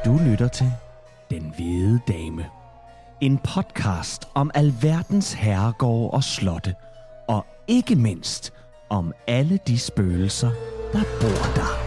Du lytter til Den Hvide Dame. En podcast om alverdens herregårde og slotte. Og ikke mindst om alle de spøgelser, der bor der.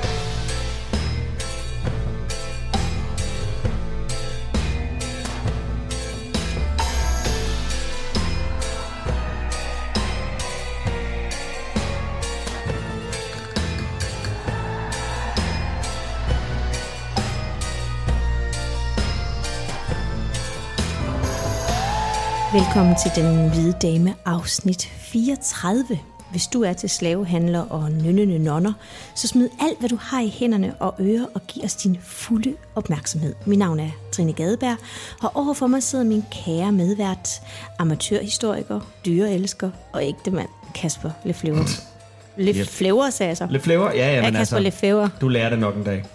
Velkommen til Den Hvide Dame, afsnit 34. Hvis du er til slavehandler og nynnende nonner, så smid alt, hvad du har i hænderne og ører, og giv os din fulde opmærksomhed. Mit navn er Trine Gadeberg, og overfor mig sidder min kære medvært, amatørhistoriker, dyreelsker og ægtemand Kasper Lefleur. Lefleur, sagde jeg så. Lefleur? Ja, men Kasper Lefleur. Du lærer det nok en dag.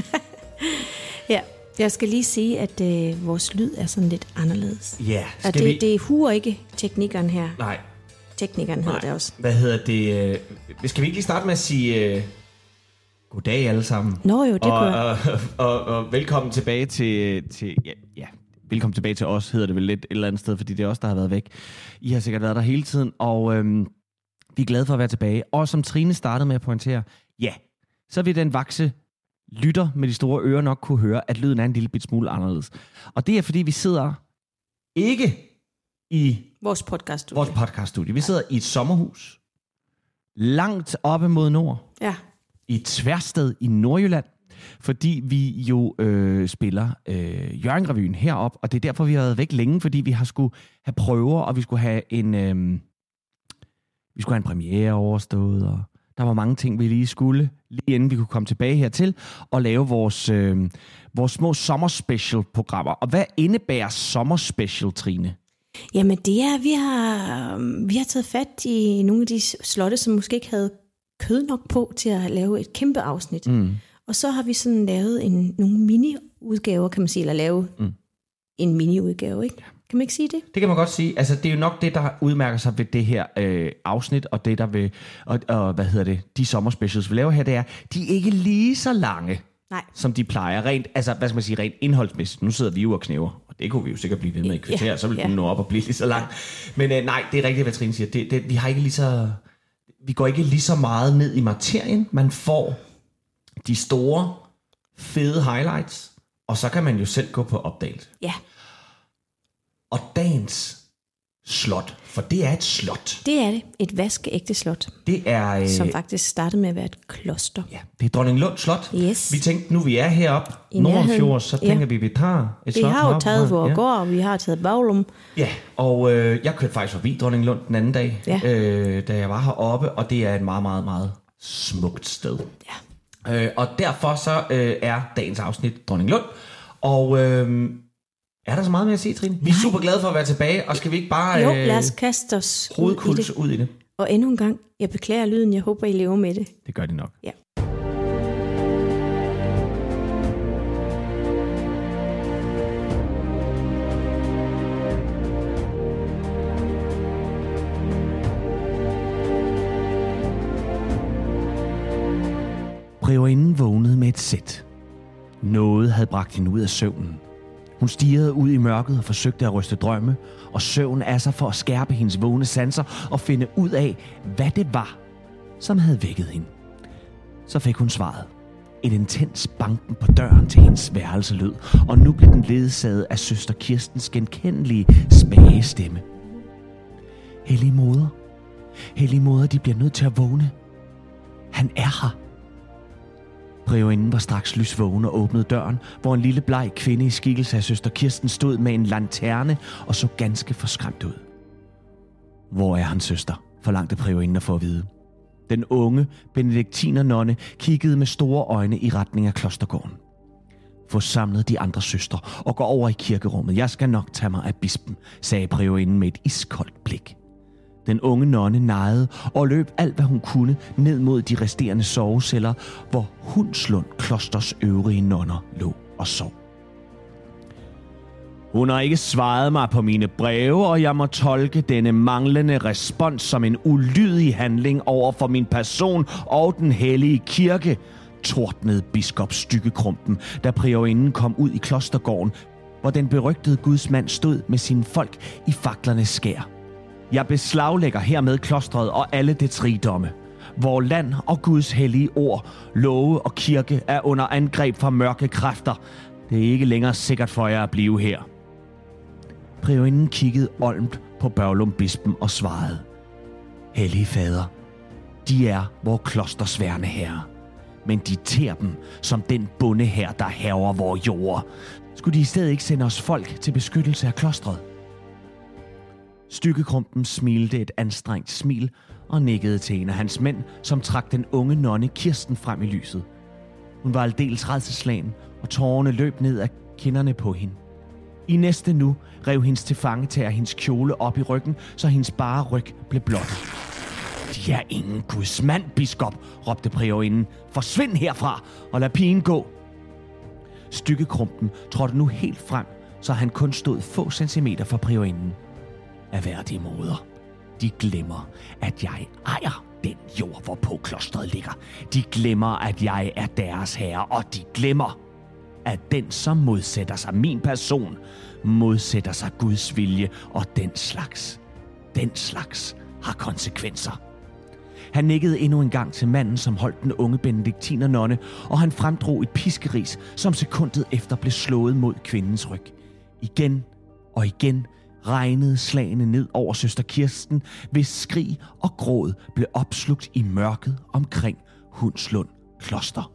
Ja. Jeg skal lige sige, at vores lyd er sådan lidt anderledes. Ja, og det huer ikke teknikeren her. Nej. Teknikeren hedder det også. Hvad hedder det? Skal vi ikke lige starte med at sige goddag alle sammen? Nå jo, det kunne og velkommen tilbage til velkommen tilbage til os, hedder det vel lidt et eller andet sted, fordi det er os, der har været væk. I har sikkert været der hele tiden, og vi er glade for at være tilbage. Og som Trine startede med at pointere, så vil den vakse lytter med de store ører nok kunne høre, at lyden er en lille bit smule anderledes. Og det er, fordi vi sidder ikke i vores podcaststudie. Vi sidder i et sommerhus, langt oppe mod nord, i et tværsted i Nordjylland, fordi vi jo spiller Hjørring-revyen herop, og det er derfor, vi har været væk længe, fordi vi har skulle have prøver, og vi skulle have en premiere overstået, og der var mange ting, vi lige skulle, lige inden vi kunne komme tilbage hertil og lave vores små sommerspecial-programmer. Og hvad indebærer sommerspecial, Trine? Jamen det er, vi har taget fat i nogle af de slotte, som måske ikke havde kød nok på til at lave et kæmpe afsnit. Og så har vi sådan lavet nogle mini-udgaver, kan man sige, eller lave en mini-udgave, ikke? Kan man ikke sige det? Det kan man godt sige. Altså, det er jo nok det, der udmærker sig ved det her afsnit, og det der ved, de sommerspecials, vi laver her, det er, de er ikke lige så lange, som de plejer. Rent indholdsmæssigt. Nu sidder vi jo og knæver, og det kunne vi jo sikkert blive ved med i kvarter, så vil den nå op og blive lige så lang. Men nej, det er rigtigt, hvad Trine siger. Vi går ikke lige så meget ned i materien. Man får de store, fede highlights, og så kan man jo selv gå på opdagelse. Ja. Og dagens slot, for det er et slot. Det er det. Et vaskeægte slot. Det er som faktisk startede med at være et kloster. Ja, det er Dronninglund Slot. Yes. Vi tænkte, nu vi er heroppe Nordenfjords, så tænker vi tager et slot. Vi har jo taget vores gård, og vi har taget Baglum. Ja, og jeg kørte faktisk forbi Dronninglund den anden dag, da jeg var heroppe, og det er et meget, meget, meget smukt sted. Ja. Og derfor så er dagens afsnit Dronninglund, og er der så meget mere at sige, Trine? Vi er super glade for at være tilbage, og skal vi ikke bare lad os kaste os ud i det. Og endnu en gang, jeg beklager lyden, jeg håber, I lever med det. Det gør de nok. Ja. Prøverinden vågnede med et sæt. Noget havde bragt hende ud af søvnen. Hun stirrede ud i mørket og forsøgte at ryste drømme, og søvn af sig for at skærpe hendes vågne sanser og finde ud af, hvad det var, som havde vækket hende. Så fik hun svaret. Et intens banken på døren til hendes værelse lød, og nu blev den ledsaget af søster Kirstens genkendelige, spage stemme. Hellige moder, de bliver nødt til at vågne. Han er her. Priorinden var straks lysvågen og åbnede døren, hvor en lille bleg kvinde i skikkelse af søster Kirsten stod med en lanterne og så ganske forskræmt ud. Hvor er han, søster? Forlangte priorinden at få at vide. Den unge benediktinernonne kiggede med store øjne i retning af klostergården. Få samlet de andre søstre og gå over i kirkerummet. Jeg skal nok tage mig af bispen, sagde priorinden med et iskoldt blik. Den unge nonne nejede og løb alt, hvad hun kunne, ned mod de resterende soveceller, hvor Hundslund Klosters øvrige nonner lå og sov. Hun har ikke svaret mig på mine breve, og jeg må tolke denne manglende respons som en ulydig handling over for min person og den hellige kirke. tordnede biskop Styggekrumpen, da priorinden kom ud i klostergården, hvor den berygtede gudsmand stod med sine folk i faklernes skær. Jeg beslaglægger hermed klostret og alle dets rigdomme. Vor land og Guds hellige ord, love og kirke er under angreb fra mørke kræfter. Det er ikke længere sikkert for jer at blive her. Priorinden kiggede olmt på Børglum-bispen og svarede: Hellige fader, de er vor klosters værne herre, men de ter dem som den bonde her, der hærger vor jord. Skulle de i stedet ikke sende os folk til beskyttelse af klostret? Styggekrumpen smilte et anstrengt smil og nikkede til en af hans mænd, som trak den unge nonne Kirsten frem i lyset. Hun var aldeles rædselsslagen, og tårerne løb ned af kinderne på hende. I næste nu rev hendes tilfangetager hendes kjole op i ryggen, så hendes bare ryg blev blottet. De er ingen Guds mand, biskop, råbte priorinden. Forsvind herfra og lad pigen gå. Styggekrumpen trådte nu helt frem, så han kun stod få centimeter fra priorinden. Erhverdige moder, de glemmer, at jeg ejer den jord, hvorpå klostret ligger. De glemmer, at jeg er deres herre, og de glemmer, at den, som modsætter sig min person, modsætter sig Guds vilje, og den slags har konsekvenser. Han nikkede endnu en gang til manden, som holdt den unge benediktinernonne, og han fremdrog et piskeris, som sekundet efter blev slået mod kvindens ryg. Igen og igen regnede slagene ned over søster Kirsten, hvis skrig og gråd blev opslugt i mørket omkring Hundslund Kloster.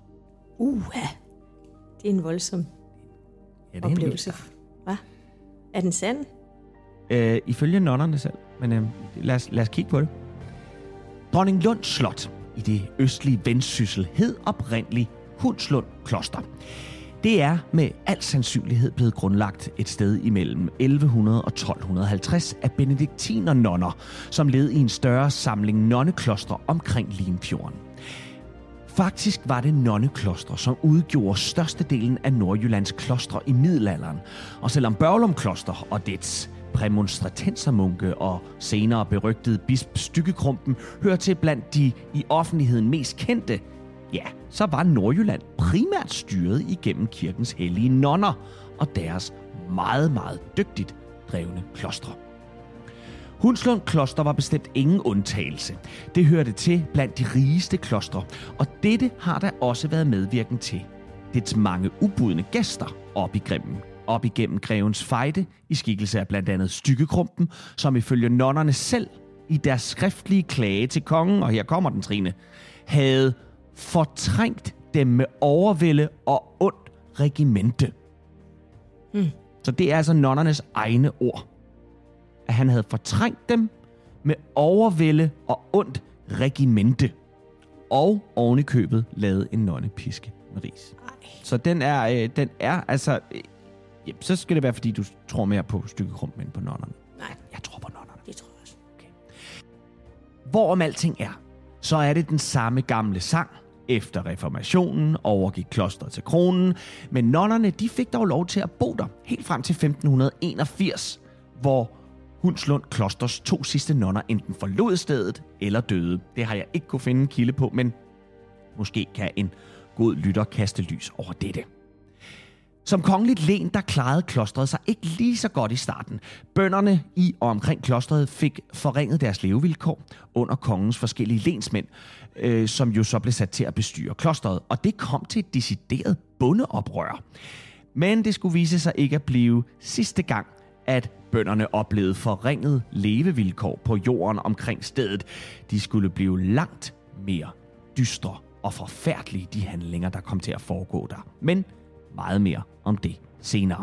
Det er en voldsom oplevelse. Hvad? Er den sand? Ifølge nonnerne selv, men lad os kigge på det. Dronninglund Slot i det østlige Vendsyssel hed oprindeligt Hundslund Kloster. Det er med al sandsynlighed blevet grundlagt et sted imellem 1100 og 1250 af benediktinernonner, som led i en større samling nonneklostre omkring Limfjorden. Faktisk var det nonneklostre, som udgjorde størstedelen af Nordjyllands klostre i middelalderen. Og selvom Børglum Kloster og dets præmonstratensermunke og senere berygtede bisp Styggekrumpen hører til blandt de i offentligheden mest kendte, ja, så var Nordjylland primært styret igennem kirkens hellige nonner og deres meget, meget dygtigt drevne klostre. Hundslund Kloster var bestemt ingen undtagelse. Det hørte til blandt de rigeste klostre, og dette har der også været medvirkende til. Dets mange ubudne gæster op igennem grevens fejde i skikkelse af blandt andet Styggekrumpen, som ifølge nonnerne selv i deres skriftlige klage til kongen, og her kommer den, Trine, havde fortrængt dem med overvælde og ondt regimente. Så det er altså nonnernes egne ord. At han havde fortrængt dem med overvælde og ondt regimente. Og oven i købet lavet en nonnepiske med ris. Så den er altså... så skal det være, fordi du tror mere på Styggekrumpen end på nonnerne. Nej. Jeg tror på nonnerne. Det tror jeg også. Okay. Hvorom alting er, så er det den samme gamle sang. Efter reformationen overgik klosteret til kronen, men nonnerne de fik dog lov til at bo der helt frem til 1581, hvor Hundslund Klosters 2 sidste nonner enten forlod stedet eller døde. Det har jeg ikke kunne finde en kilde på, men måske kan en god lytter kaste lys over dette. Som kongeligt len, der klarede klostret sig ikke lige så godt i starten. Bønderne i og omkring klostret fik forringet deres levevilkår under kongens forskellige lensmænd, som jo så blev sat til at bestyre klostret, og det kom til et decideret bondeoprør. Men det skulle vise sig ikke at blive sidste gang, at bønderne oplevede forringet levevilkår på jorden omkring stedet. De skulle blive langt mere dystre og forfærdelige, de handlinger, der kom til at foregå der. Men meget mere om det senere.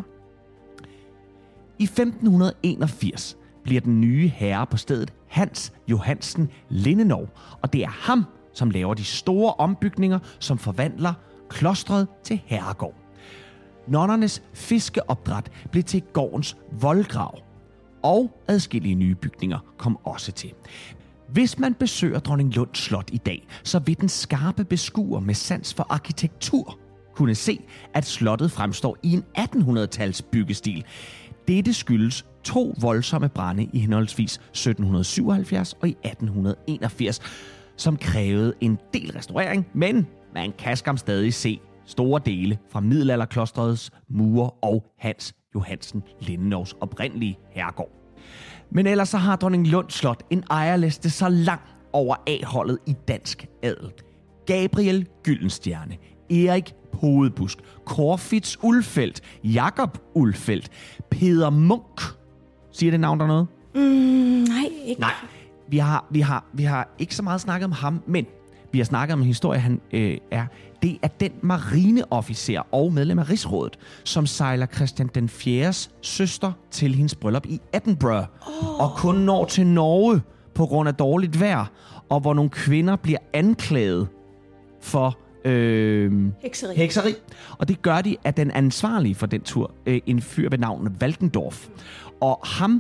I 1581 bliver den nye herre på stedet Hans Johansen Lindenov, og det er ham, som laver de store ombygninger, som forvandler klostret til herregård. Nonnernes fiskeopdræt blev til gårdens voldgrav, og adskillige nye bygninger kom også til. Hvis man besøger Dronninglund Slot i dag, så vil den skarpe beskuer med sans for arkitektur kunne se, at slottet fremstår i en 1800-tals byggestil. Dette skyldes 2 voldsomme brande i henholdsvis 1777 og i 1881, som krævede en del restaurering, men man kan skam stadig se store dele fra middelalderklostrets mure og Hans Johansen Lindenovs oprindelige herregård. Men ellers så har Dronninglund Slot en ejerliste så lang over A-holdet i dansk adel. Gabriel Gyldenstierne, Erik Podebusk, Corfitz Ulfeldt, Jakob Ulfeldt, Peder Munk. Siger det navn der noget? Nej, ikke. Nej, vi har ikke så meget snakket om ham, men vi har snakket om en historie, han er. Det er den marineofficer og medlem af Rigsrådet, som sejler Christian den 4's søster til hendes bryllup i Edinburgh, og kun når til Norge på grund af dårligt vejr, og hvor nogle kvinder bliver anklaget for hekseri. Og det gør de af den ansvarlige for den tur, en fyr ved navn Valkendorf. Og ham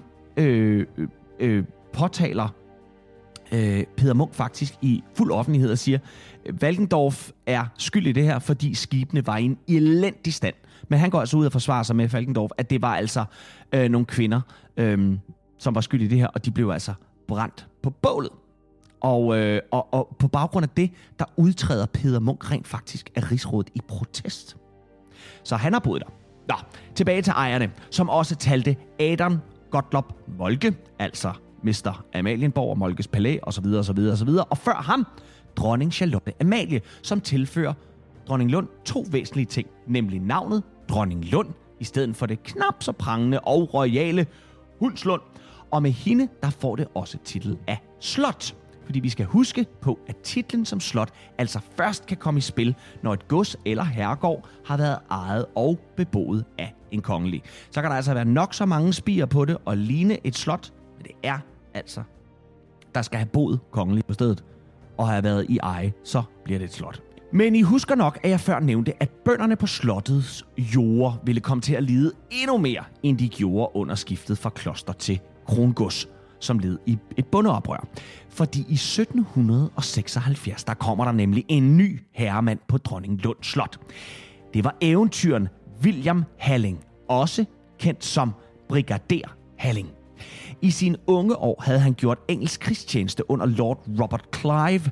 påtaler Peder Munk faktisk i fuld offentlighed og siger, Valkendorf er skyld i det her, fordi skibene var i en elendig stand. Men han går altså ud og forsvarer sig med Valkendorf, at det var altså nogle kvinder, som var skyld i det her, og de blev altså brændt på bålet. Og på baggrund af det, der udtræder Peder Munk rent faktisk af Rigsrådet i protest. Så han har boet der. Nå, tilbage til ejerne, som også talte Adam Gottlob Moltke, altså Mester Amalienborg og Moltkes Palæ osv. Og før ham, dronning Charlotte Amalie, som tilfører Dronninglund 2 væsentlige ting, nemlig navnet Dronninglund, i stedet for det knap så prangende og royale Hundslund. Og med hende, der får det også titel af slot. Fordi vi skal huske på, at titlen som slot altså først kan komme i spil, når et gods eller herregård har været ejet og beboet af en kongelig. Så kan der altså være nok så mange spirer på det og ligne et slot, men det er altså, der skal have boet kongelig på stedet og have været i eje, så bliver det et slot. Men I husker nok, at jeg før nævnte, at bønderne på slottets jorde ville komme til at lide endnu mere, end de gjorde under skiftet fra kloster til krongods, som led i et bondeoprør. Fordi i 1776, der kommer der nemlig en ny herremand på Dronninglund Slot. Det var eventyren William Halling, også kendt som Brigader Halling. I sine unge år havde han gjort engelsk krigstjeneste under Lord Robert Clive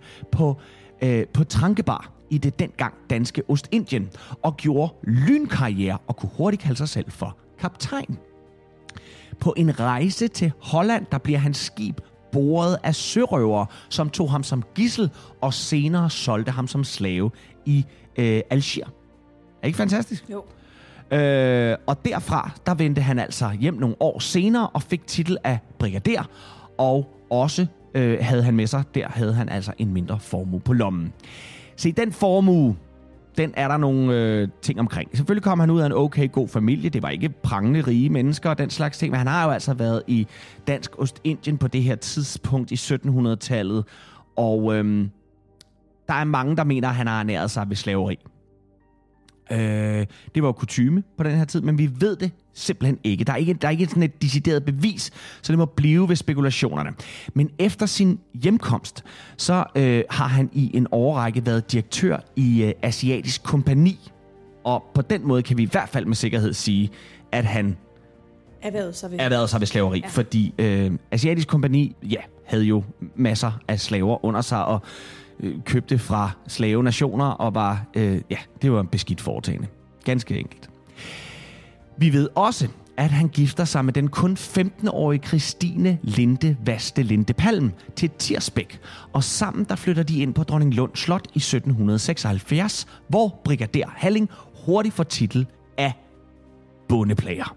på Trankebar i det dengang danske Ostindien, og gjorde lynkarriere og kunne hurtigt kalde sig selv for kaptajn. På en rejse til Holland, der bliver hans skib boret af sørøvere, som tog ham som gidsel og senere solgte ham som slave i Algier. Er ikke fantastisk? Jo. Og derfra, der vendte han altså hjem nogle år senere og fik titel af brigader, og også havde han med sig, der havde han altså en mindre formue på lommen. Se, den formue, den er der nogle ting omkring. Selvfølgelig kom han ud af en okay god familie. Det var ikke prangende rige mennesker og den slags ting, men han har jo altså været i Dansk Ostindien på det her tidspunkt i 1700-tallet, og der er mange, der mener, at han har ernæret sig ved slaveri. Det var jo kutyme på den her tid, men vi ved det simpelthen ikke. Der er ikke sådan et decideret bevis, så det må blive ved spekulationerne. Men efter sin hjemkomst, så har han i en årrække været direktør i Asiatisk Kompagni. Og på den måde kan vi i hvert fald med sikkerhed sige, at han erhvervede sig ved slaveri. Ja. Fordi Asiatisk Kompagni, havde jo masser af slaver under sig, og købte fra slavenationer, og var, det var en beskidt foretagende. Ganske enkelt. Vi ved også, at han gifter sig med den kun 15-årige Christine Linde Vaste Linde Palm til Tirsbæk, og sammen der flytter de ind på Dronninglund Slot i 1776, hvor Brigader Halling hurtigt får titel af bondeplager.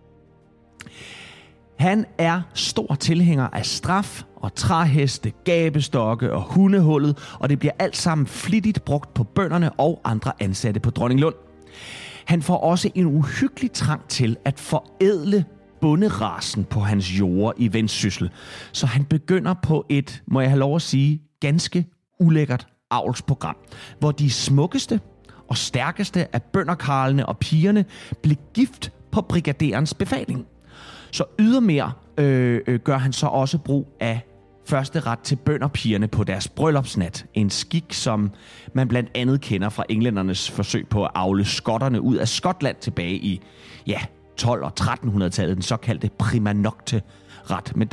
Han er stor tilhænger af straf og træheste, gabestokke og hundehullet, og det bliver alt sammen flittigt brugt på bønderne og andre ansatte på Dronninglund. Han får også en uhyggelig trang til at forædle bonderasen på hans jorde i Vendsyssel, så han begynder på et, må jeg have lov at sige, ganske ulækkert avlsprogram, hvor de smukkeste og stærkeste af bønderkarlene og pigerne blev gift på brigaderens befaling. Så ydermere gør han så også brug af første ret til bønderpigerne på deres bryllupsnat. En skik, som man blandt andet kender fra englændernes forsøg på at avle skotterne ud af Skotland tilbage i 1200- og 1300-tallet, den såkaldte prima nocte-ret. Men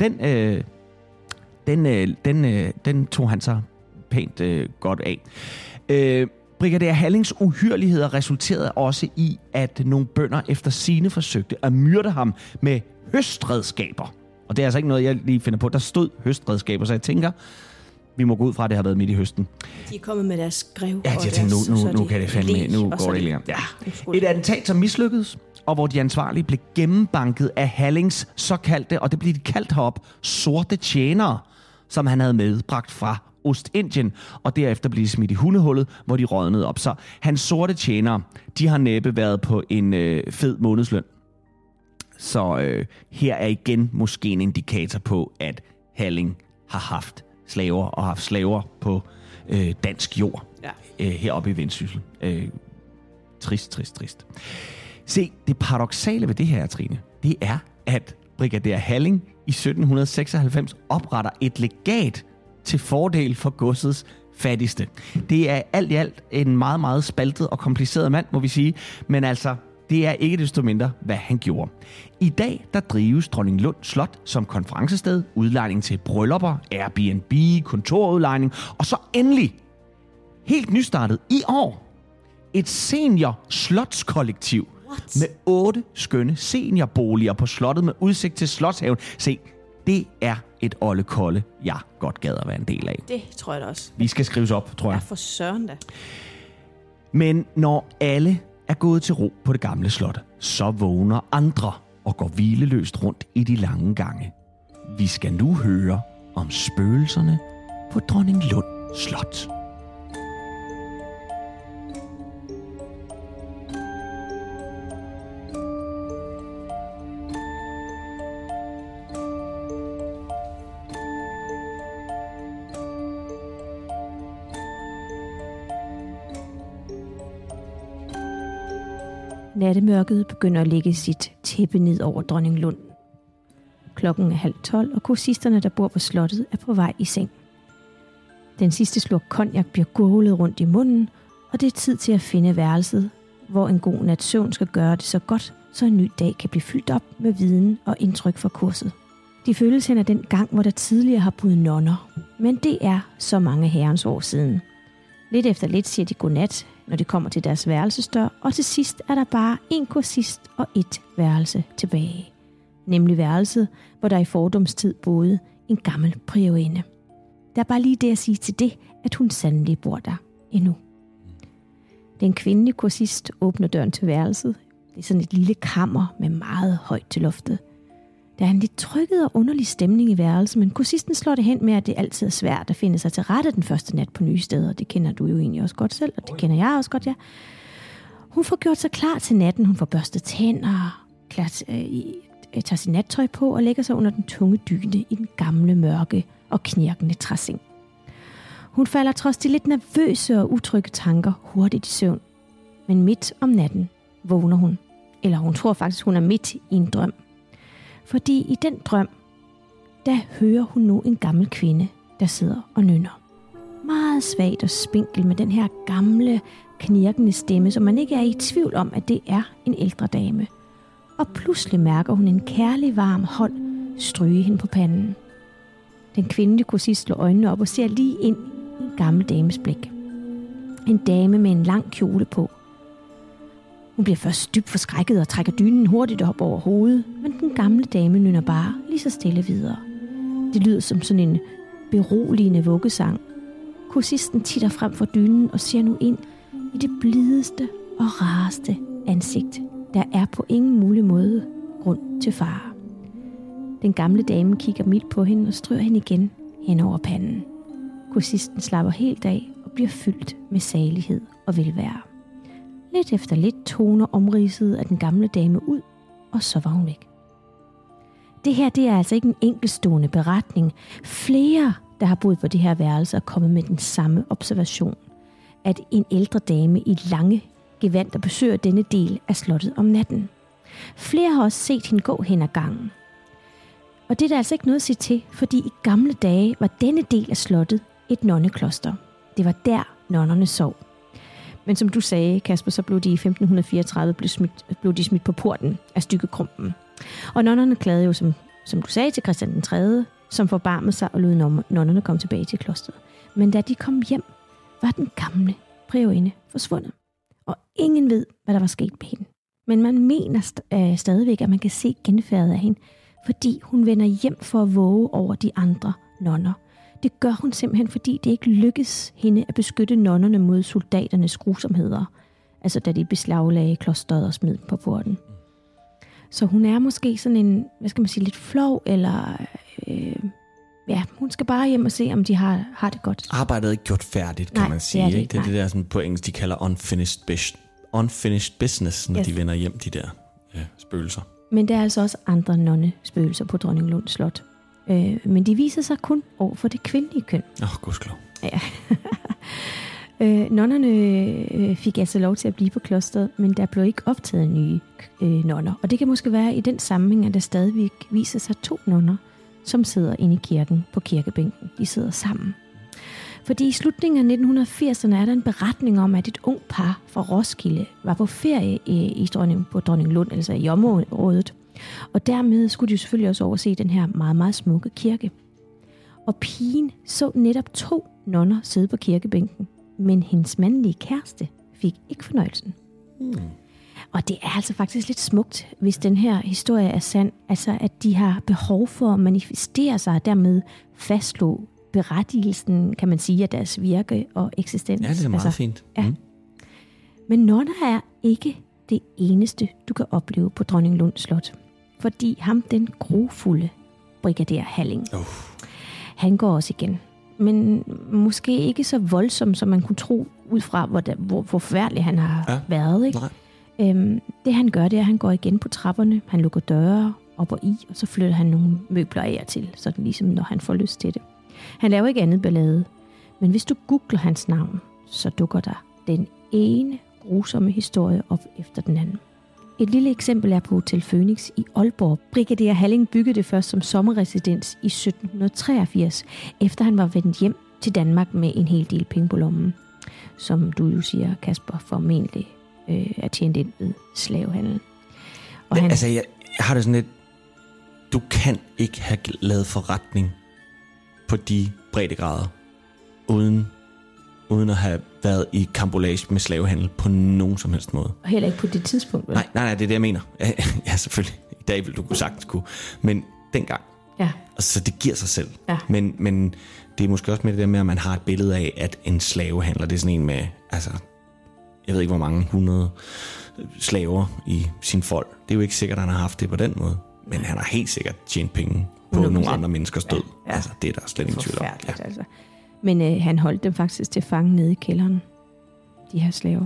den tog han så pænt godt af. Brigadier Hallings uhyrligheder resulterede også i, at nogle bønder efter sigende forsøgte at myrde ham med høstredskaber. Og det er altså ikke noget, jeg lige finder på. Der stod høstredskaber, så jeg tænker, vi må gå ud fra, at det har været midt i høsten. De er kommet med deres skrev. Ja, jeg tænker, nu kan det fandme. Nu går det længere. Ja. Et attentat, som mislykkedes, og hvor de ansvarlige blev gennembanket af Hallings såkaldte, og det blev de kaldt herop, sorte tjenere, som han havde medbragt fra Ostindien, og derefter blev de smidt i hundehullet, hvor de rådnede op. Så hans sorte tjenere, de har næppe været på en fed månedsløn. Så her er igen måske en indikator på, at Halling har haft slaver og haft slaver på dansk jord heroppe i Vendsyssel. Trist. Se, det paradoksale ved det her, Trine, det er, at Brigadier Halling i 1796 opretter et legat til fordel for godsets fattigste. Det er alt i alt en meget, meget spaltet og kompliceret mand, må vi sige, men altså, det er ikke desto mindre, hvad han gjorde. I dag, der drives Dronninglund Slot som konferencested, udlejning til bryllupper, Airbnb, kontorudlejning, og så endelig, helt nystartet i år, et senior slotskollektiv med 8 skønne seniorboliger på slottet med udsigt til Slotshaven. Se, det er et oldekolde, jeg godt gad at være en del af. Det tror jeg da også. Vi skal skrives op, tror jeg. Ja, for søren da. Men når alle er gået til ro på det gamle slot, så vågner andre og går hvileløst rundt i de lange gange. Vi skal nu høre om spøgelserne på Dronninglund Slot. Nattemørket begynder at lægge sit tæppe ned over Dronninglund. Klokken er 11:30, og kursisterne, der bor på slottet, er på vej i seng. Den sidste slurk cognac bliver gurglet rundt i munden, og det er tid til at finde værelset, hvor en god nats søvn skal gøre det så godt, så en ny dag kan blive fyldt op med viden og indtryk fra kurset. De føles hen af den gang, hvor der tidligere har boet nonner, men det er så mange herrens år siden. Lidt efter lidt siger de godnat, når de kommer til deres værelsesdør, og til sidst er der bare en kursist og et værelse tilbage. Nemlig værelset, hvor der i fordomstid boede en gammel priorinde. Der er bare lige det at sige til det, at hun sandelig bor der endnu. Den kvindelige kursist åbner døren til værelset. Det er sådan et lille kammer med meget højt til loftet. Der er en lidt trykket og underlig stemning i værelset, men kursisten slår det hen med, at det altid er svært at finde sig til rette den første nat på nye steder. Det kender du jo egentlig også godt selv, og det kender jeg også godt, ja. Hun får gjort sig klar til natten. Hun får børstet tænder, tager sin nattøj på og lægger sig under den tunge dyne i den gamle, mørke og knirkende træseng. Hun falder trods de lidt nervøse og utrygge tanker hurtigt i søvn. Men midt om natten vågner hun. Eller hun tror faktisk, hun er midt i en drøm. Fordi i den drøm, der hører hun nu en gammel kvinde, der sidder og nynner. Meget svagt og spinkel med den her gamle, knirkende stemme, så man ikke er i tvivl om, at det er en ældre dame. Og pludselig mærker hun en kærlig, varm hånd stryge hende på panden. Den kvindelige kursist slår øjnene op og ser lige ind i en gammel dames blik. En dame med en lang kjole på. Hun bliver først dybt forskrækket og trækker dynen hurtigt op over hovedet, men den gamle dame nynner bare lige så stille videre. Det lyder som sådan en beroligende vuggesang. Kursisten titter frem for dynen og ser nu ind i det blideste og rareste ansigt. Der er på ingen mulig måde grund til fare. Den gamle dame kigger mildt på hende og stryger hende igen hen over panden. Kursisten slapper helt af og bliver fyldt med salighed og velvære. Lidt efter lidt toner omridset af den gamle dame ud, og så var hun væk. Det her, det er altså ikke en enkeltstående beretning. Flere, der har boet på det her værelse, er kommet med den samme observation, at en ældre dame i lange gevanter besøger denne del af slottet om natten. Flere har også set hende gå hen ad gangen. Og det er der altså ikke noget at sige til, fordi i gamle dage var denne del af slottet et nonnekloster. Det var der, nonnerne sov. Men som du sagde, Kasper, så blev de i 1534 blev de smidt på porten af Stykkekrumpen. Og nonnerne klagede jo, som du sagde, til Christian den 3., som forbarmede sig og lod nonnerne komme tilbage til klosteret. Men da de kom hjem, var den gamle priorinde forsvundet. Og ingen ved, hvad der var sket med hende. Men man mener stadigvæk, at man kan se genfærdet af hende, fordi hun vender hjem for at våge over de andre nonner. Det gør hun simpelthen, fordi det ikke lykkes hende at beskytte nonnerne mod soldaternes grusomheder. Altså da de beslaglagde klosteret og smed på porten. Så hun er måske sådan en, lidt flov, eller hun skal bare hjem og se, om de har det godt. Arbejdet er ikke gjort færdigt, kan man sige. Det er det der, sådan på engelsk, de kalder unfinished business, når de vender hjem, de der spøgelser. Men der er altså også andre nonnespøgelser på Dronninglund Slot. Men de viser sig kun over for det kvindelige køn. Gudskelov. Ja. Nonnerne fik altså lov til at blive på klosteret, men der blev ikke optaget nye nonner. Og det kan måske være i den sammenhæng, at der stadigvæk viser sig 2 nonner, som sidder inde i kirken på kirkebænken. De sidder sammen. Fordi i slutningen af 1980'erne er der en beretning om, at et ung par fra Roskilde var på ferie på Dronninglund, altså i området. Og dermed skulle de selvfølgelig også overse den her meget, meget smukke kirke. Og pigen så netop 2 nonner sidde på kirkebænken, men hendes mandlige kæreste fik ikke fornøjelsen. Og det er altså faktisk lidt smukt, hvis den her historie er sand. Altså, at de har behov for at manifestere sig, og dermed fastslå berettigelsen, kan man sige, af deres virke og eksistens. Ja, det er meget fint. Ja. Men nonner er ikke det eneste, du kan opleve på Dronninglund Slot. Fordi ham, den grufulde brigader Halling, han går også igen. Men måske ikke så voldsom, som man kunne tro, ud fra hvor forfærdelig han har været. Ikke? Det han gør, det er, at han går igen på trapperne. Han lukker døre op og i, og så flytter han nogle møbler af og til, sådan ligesom når han får lyst til det. Han laver ikke andet ballade. Men hvis du googler hans navn, så dukker der den ene grusomme historie op efter den anden. Et lille eksempel er på Hotel Phoenix i Aalborg. Brigadier Halling byggede det først som sommerresidens i 1783, efter han var vendt hjem til Danmark med en hel del penge på lommen. Som du jo siger, Kasper, formentlig er tjent ind ved slavehandel. Og jeg har det sådan lidt, du kan ikke have lavet forretning på de breddegrader, uden at have været i karambolage med slavehandel på nogen som helst måde. Og heller ikke på det tidspunkt, vel? Nej, det er det, jeg mener. Ja, selvfølgelig. I dag vil du kunne sagtens kunne. Men dengang. Ja. Altså, det giver sig selv. Ja. Men det er måske også med det der med, at man har et billede af, at en slavehandler, det er sådan en med, altså, jeg ved ikke, hvor mange 100 slaver i sin folk. Det er jo ikke sikkert, at han har haft det på den måde. Men han har helt sikkert tjent penge på 100%. Nogle andre menneskers død. Ja. Altså, det er der slet ingen tvivl om. Ja. Altså. Men han holdt dem faktisk til fange nede i kælderen, de her slaver.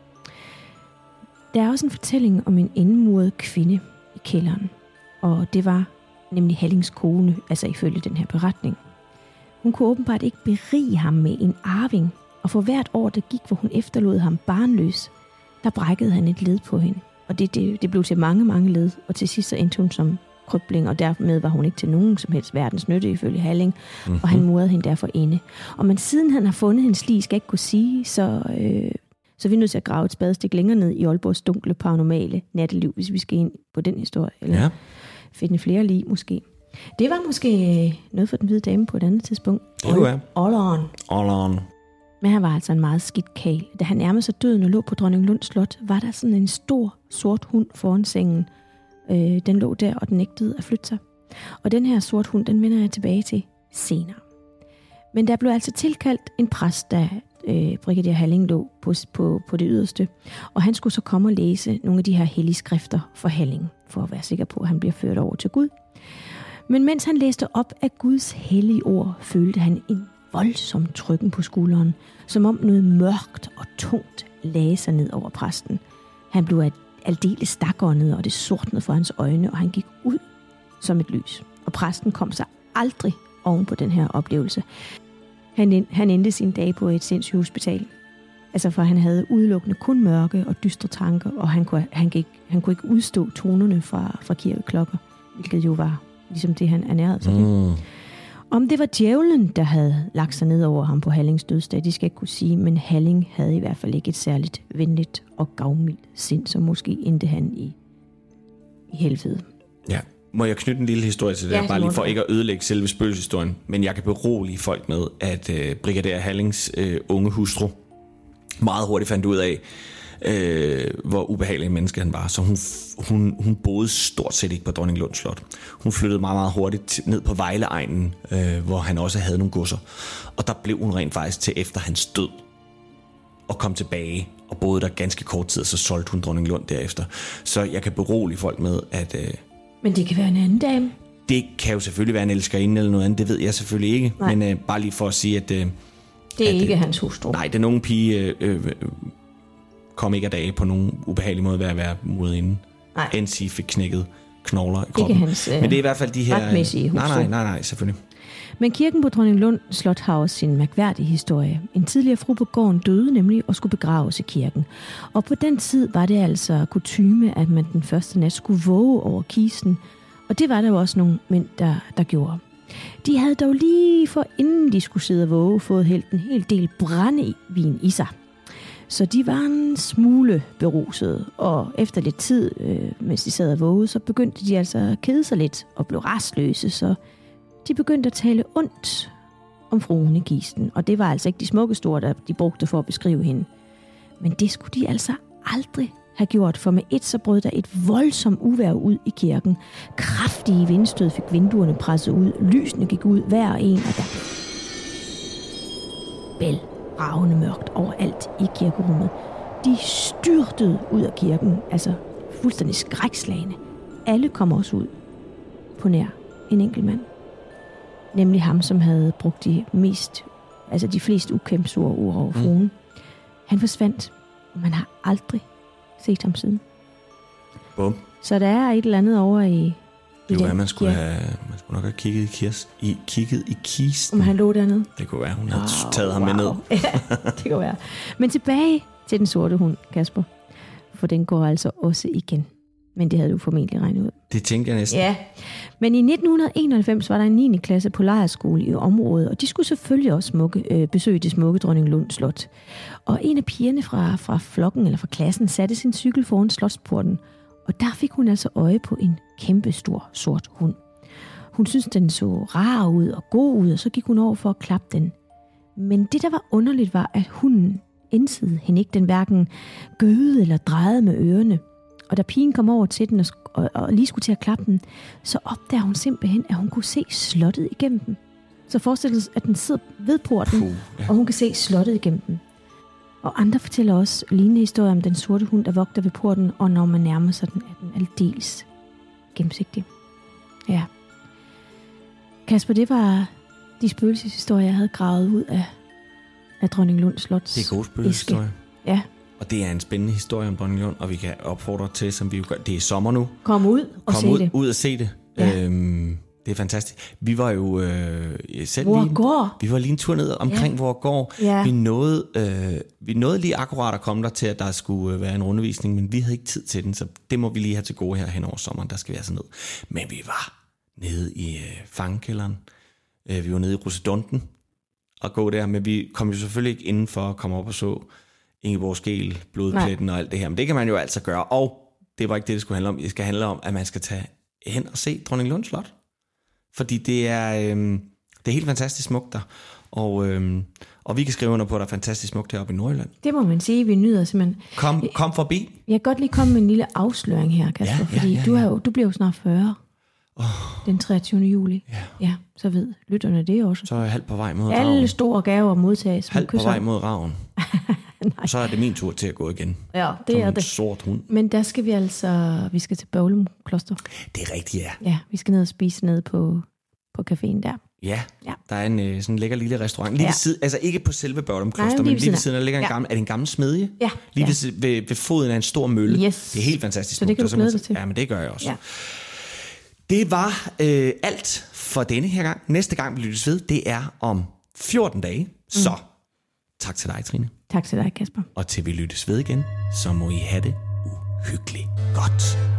Der er også en fortælling om en indmuret kvinde i kælderen. Og det var nemlig Hallings kone, altså ifølge den her beretning. Hun kunne åbenbart ikke berige ham med en arving, og for hvert år, der gik, hvor hun efterlod ham barnløs, der brækkede han et led på hende. Og det blev til mange, mange led, og til sidst så endte hun som krybling, og dermed var hun ikke til nogen som helst verdens nytte ifølge Halling, og han murede hende derfor inde. Og men siden han har fundet hendes lig, skal jeg ikke kunne sige, så vi er nødt til at grave et spadestik længere ned i Aalborgs dunkle paranormale natteliv, hvis vi skal ind på den historie, eller finde flere lig måske. Det var måske noget for den hvide dame på et andet tidspunkt. Det var All on. Men han var altså en meget skidt kæl. Da han nærmede sig døden og lå på Dronninglund Slot, var der sådan en stor sort hund foran sengen. Den lå der, og den nægtede at flytte sig. Og den her sort hund, den vender jeg tilbage til senere. Men der blev altså tilkaldt en præst, da brigadier Halling lå på det yderste. Og han skulle så komme og læse nogle af de her hellige skrifter for Halling, for at være sikker på, at han bliver ført over til Gud. Men mens han læste op af Guds hellige ord, følte han en voldsom trykken på skulderen, som om noget mørkt og tungt lagde sig ned over præsten. Han blev aldeles stakåndet, og det sortnede for hans øjne, og han gik ud som et lys. Og præsten kom sig aldrig oven på den her oplevelse. Han endte sine dage på et sindssygehospital. Altså for han havde udelukkende kun mørke og dystre tanker, og han kunne ikke udstå tonerne fra kirkeklokker, hvilket jo var ligesom det, han ernærede sig til. Om det var djævlen, der havde lagt sig ned over ham på Hallings dødsdag, det skal jeg ikke kunne sige, men Halling havde i hvert fald ikke et særligt venligt og gavmildt sind, som måske endte han i helvede. Ja, må jeg knytte en lille historie til det, bare lige for ikke at ødelægge selve spøgelseshistorien, men jeg kan berolige folk med, at brigadier Hallings unge hustru, meget hurtigt fandt ud af, hvor ubehagelig en menneske han var. Så hun boede stort set ikke på Dronninglund Slot. Hun flyttede meget, meget hurtigt ned på Vejleegnen, hvor han også havde nogle godser. Og der blev hun rent faktisk til efter hans død og kom tilbage og boede der ganske kort tid, og så solgte hun Dronninglund derefter. Så jeg kan berolige folk med, at... Men det kan være en anden dame. Det kan jo selvfølgelig være en elskerinde eller noget andet, det ved jeg selvfølgelig ikke. Nej. Men bare lige for at sige, at... det er ikke hans hustru. Nej, den unge pige kom ikke af dage på nogen ubehagelig måde ved at være modinde. NC fik knækket knogler i kroppen. Ikke hans, men det er i hvert fald de her... retmæssige hustru. Nej, selvfølgelig. Men kirken på Dronninglund Slot har også sin mærkværdige historie. En tidligere fru på gården døde nemlig og skulle begraves i kirken. Og på den tid var det altså kutyme, at man den første nat skulle våge over kisten. Og det var der jo også nogle mænd, der gjorde. De havde dog lige for inden de skulle sidde og våge, fået hældt en hel del brændevin i sig. Så de var en smule berusede, og efter lidt tid, mens de sad og vågede, så begyndte de altså at kede sig lidt og blev rastløse, så de begyndte at tale ondt om fruen i kisten. Og det var altså ikke de smukkeste ord, der de brugte for at beskrive hende. Men det skulle de altså aldrig have gjort, for med et så brød der et voldsomt uvejr ud i kirken. Kraftige vindstød fik vinduerne presset ud, lysene gik ud hver og en, og der blev bælragende mørkt overalt i kirkerummet. De styrtede ud af kirken, altså fuldstændig skrækslagende. Alle kom også ud på nær en enkelt mand. Nemlig ham, som havde brugt de fleste ukvemsord over fruen. Han forsvandt, og man har aldrig set ham siden. Bum. Så der er et eller andet over i det kunne være, man skulle nok have kigget i kisten. Om han lå dernede. Det kunne være, hun havde taget ham med ned. Ja, det kunne være. Men tilbage til den sorte hund, Kasper. For den går altså også igen. Men det havde du formentlig regnet ud. Det tænkte jeg næsten. Ja, men i 1991 var der en 9. klasse på lejrskole i området, og de skulle selvfølgelig også besøge det smukke Dronninglund Slot. Og en af pigerne fra flokken eller fra klassen satte sin cykel foran slotsporten, og der fik hun altså øje på en kæmpestor sort hund. Hun syntes, den så rar ud og god ud, og så gik hun over for at klappe den. Men det, der var underligt, var, at hunden indsede hende ikke. Den hverken gøede eller drejede med ørerne. Og da pigen kom over til den og lige skulle til at klappe den, så opdager hun simpelthen, at hun kunne se slottet igennem den. Så forestil dig, at den sidder ved porten, og hun kan se slottet igennem den. Og andre fortæller også lignende historier om den sorte hund, der vogter ved porten, og når man nærmer sig den, er den aldeles gennemsigtig. Ja. Kasper, det var de spøgelseshistorier, jeg havde gravet ud af Dronninglund Slots. Det er gode spøgelseshistorier. Ja. Og det er en spændende historie om Dronninglund, og vi kan opfordre til, som vi jo gør. Det er sommer nu. Kom ud og se det. Kom ud og se det. Ja. Det er fantastisk. Vi var jo selv vi var lige en tur ned omkring Vorgård. Ja. Vi nåede lige akkurat at komme der til, at der skulle være en rundvisning, men vi havde ikke tid til den, så det må vi lige have til gode her hen over sommeren. Der skal vi altså ned. Men vi var nede i fangekælderen. Vi var nede i Rosedunten og gå der, men vi kom jo selvfølgelig ikke inden for at komme op og så Ingeborg Skeel, blodpletten og alt det her. Men det kan man jo altså gøre, og det var ikke det skulle handle om. Det skal handle om, at man skal tage hen og se Dronninglund Slot. Fordi det er helt fantastisk smukt der. Og vi kan skrive under på, at der er fantastisk smukt heroppe i Nordjylland. Det må man sige, vi nyder simpelthen. Kom forbi. Jeg kan godt lige komme med en lille afsløring her, Kasper, fordi du bliver jo snart 40. Den 23. juli. Ja, så ved lytterne det også. Så er jeg halvt på vej mod Raven. Alle store gaver modtages. Halvt på vej mod Raven. Så er det min tur til at gå igen. Ja, det er det. Sort hund. Men der skal vi skal til Bøvlum Kloster. Det er rigtigt, ja. Ja, vi skal ned og spise ned på caféen der. Ja, der er en sådan lækker lille restaurant. Lige ved siden, altså ikke på selve Bøvlum Kloster, men lige ved siden, der ligger en gammel, er det en gammel smedje? Ja. Lige ved foden af en stor mølle. Yes. Det er helt fantastisk. Så det kan du glæde dig til. Ja, men det gør jeg også. Ja. Det var alt for denne her gang. Næste gang vi lyttes ved, det er om 14 dage. Så tak til dig, Trine. Tak til dig, Kasper. Og til vi lyttes ved igen, så må I have det uhyggeligt godt.